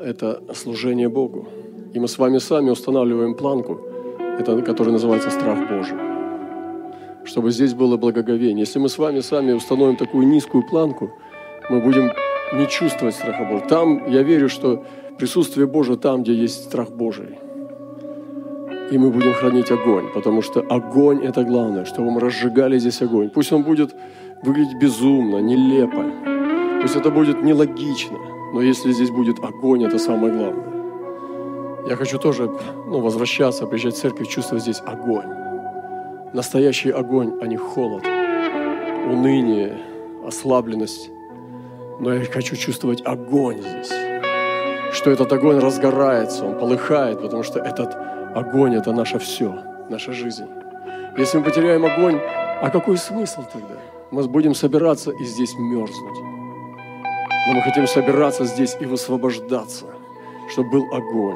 это служение Богу. И мы с вами сами устанавливаем планку, которая называется страх Божий. Чтобы здесь было благоговение. Если мы с вами сами установим такую низкую планку, мы будем не чувствовать страха Божьего. Там, я верю, что присутствие Божие там, где есть страх Божий. И мы будем хранить огонь, потому что огонь – это главное, чтобы мы разжигали здесь огонь. Пусть он будет выглядеть безумно, нелепо, пусть это будет нелогично, но если здесь будет огонь, это самое главное. Я хочу тоже возвращаться, приезжать в церковь, чувствовать здесь огонь. Настоящий огонь, а не холод, уныние, ослабленность. Но я хочу чувствовать огонь здесь, что этот огонь разгорается, он полыхает, потому что этот огонь – это наше все, наша жизнь. Если мы потеряем огонь, а какой смысл тогда? Мы будем собираться и здесь мерзнуть. Но мы хотим собираться здесь и высвобождаться, чтобы был огонь.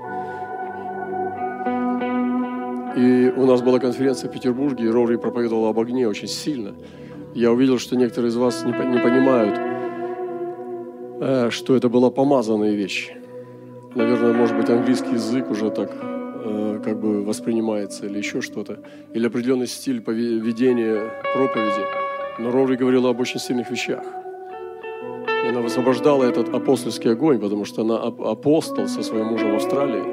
И у нас была конференция в Петербурге, и Рори проповедовал об огне очень сильно. Я увидел, что некоторые из вас не понимают, что это была помазанная вещь. Наверное, может быть, английский язык уже так воспринимается или еще что-то, или определенный стиль поведения проповеди. Но Рори говорила об очень сильных вещах. И она высвобождала этот апостольский огонь, потому что она апостол со своим мужем в Австралии.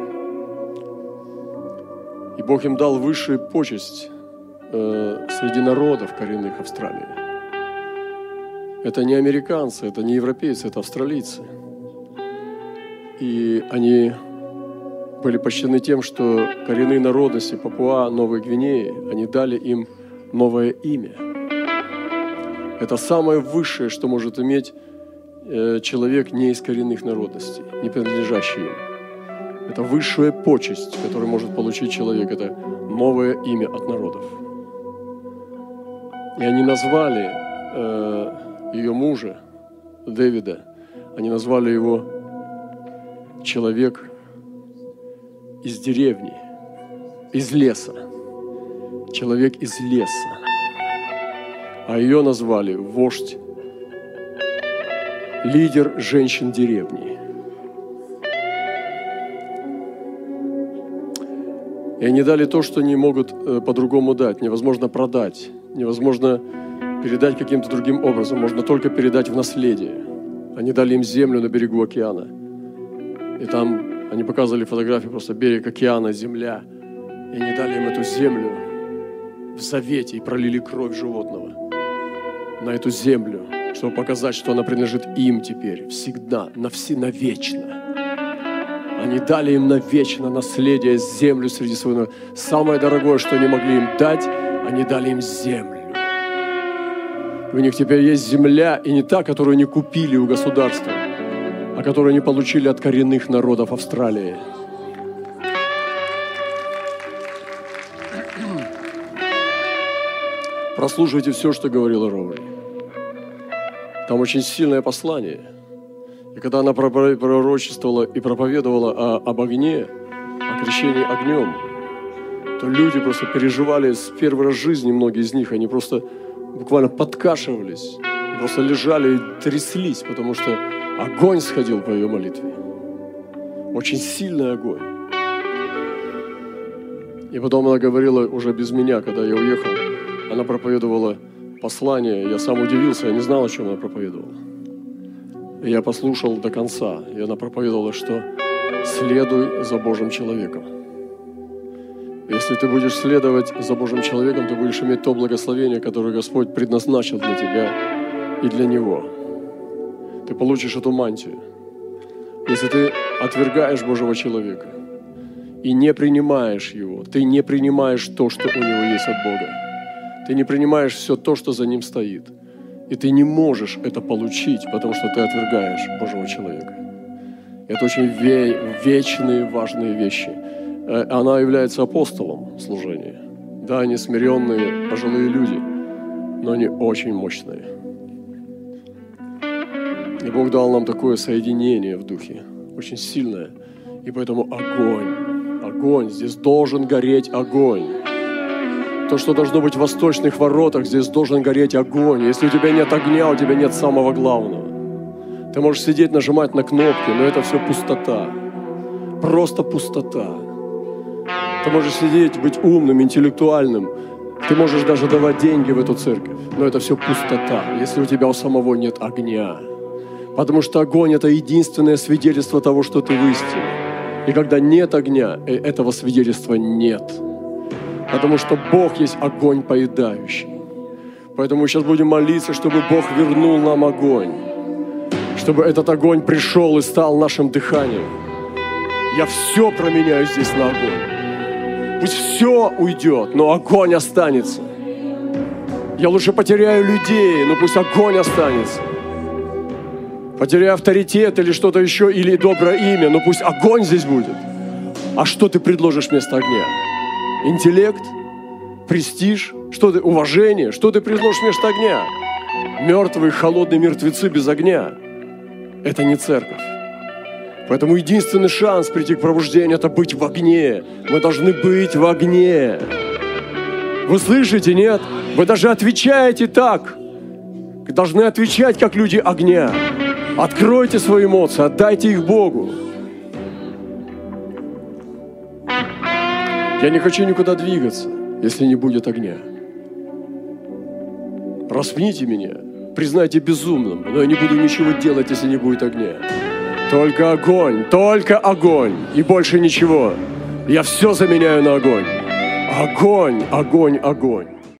И Бог им дал высшую почесть среди народов коренных Австралии. Это не американцы, это не европейцы, это австралийцы. И они были почтены тем, что коренные народности Папуа, Новой Гвинеи, они дали им новое имя. Это самое высшее, что может иметь человек не из коренных народностей, не принадлежащий им. Это высшая почесть, которую может получить человек. Это новое имя от народов. И они назвали ее мужа, Дэвида, они назвали его человек из деревни, из леса. Человек из леса. А ее назвали вождь, лидер женщин деревни. И они дали то, что не могут по-другому дать. Невозможно продать, невозможно передать каким-то другим образом. Можно только передать в наследие. Они дали им землю на берегу океана. И там они показывали фотографии, просто берег океана, земля. И они дали им эту землю в завете и пролили кровь животного на эту землю, чтобы показать, что она принадлежит им теперь, всегда, навечно. Они дали им навечно наследие, землю среди своего. Самое дорогое, что они могли им дать, они дали им землю. У них теперь есть земля, и не та, которую они купили у государства, а которую они получили от коренных народов Австралии. Прослушайте все, что говорила Роури. Там очень сильное послание. И когда она пророчествовала и проповедовала об огне, о крещении огнем, то люди просто переживали с первый раз в жизни, многие из них, они просто буквально подкашивались, просто лежали и тряслись, потому что огонь сходил по ее молитве. Очень сильный огонь. И потом она говорила уже без меня, когда я уехал, она проповедовала послание, я сам удивился, я не знал, о чем она проповедовала. И я послушал до конца, и она проповедовала, что следуй за Божьим человеком. Если ты будешь следовать за Божьим человеком, ты будешь иметь то благословение, которое Господь предназначил для тебя и для него. Ты получишь эту мантию. Если ты отвергаешь Божьего человека и не принимаешь его, ты не принимаешь то, что у него есть от Бога. Ты не принимаешь все то, что за ним стоит. И ты не можешь это получить, потому что ты отвергаешь Божьего человека. Это очень вечные, важные вещи. Она является апостолом служения. Да, они смиренные, пожилые люди, но они очень мощные. И Бог дал нам такое соединение в духе, очень сильное. И поэтому огонь, здесь должен гореть огонь. То, что должно быть в восточных воротах, здесь должен гореть огонь. Если у тебя нет огня, у тебя нет самого главного. Ты можешь сидеть, нажимать на кнопки, но это все пустота. Просто пустота. Ты можешь сидеть, быть умным, интеллектуальным. Ты можешь даже давать деньги в эту церковь, но это все пустота, если у тебя у самого нет огня. Потому что огонь – это единственное свидетельство того, что ты в истине. И когда нет огня, этого свидетельства нет. Потому что Бог есть огонь поедающий. Поэтому мы сейчас будем молиться, чтобы Бог вернул нам огонь. Чтобы этот огонь пришел и стал нашим дыханием. Я все променяю здесь на огонь. Пусть все уйдет, но огонь останется. Я лучше потеряю людей, но пусть огонь останется. Потеряю авторитет или что-то еще, или доброе имя, но пусть огонь здесь будет. А что ты предложишь вместо огня? Интеллект? Престиж? Что ты, уважение? Что ты предложишь вместо огня? Мертвые, холодные мертвецы без огня. Это не церковь. Поэтому единственный шанс прийти к пробуждению – это быть в огне. Мы должны быть в огне. Вы слышите, нет? Вы даже отвечаете так. Вы должны отвечать, как люди огня. Откройте свои эмоции, отдайте их Богу. Я не хочу никуда двигаться, если не будет огня. Распните меня, признайте безумным, но я не буду ничего делать, если не будет огня. Только огонь и больше ничего. Я все заменяю на огонь. Огонь, огонь, огонь.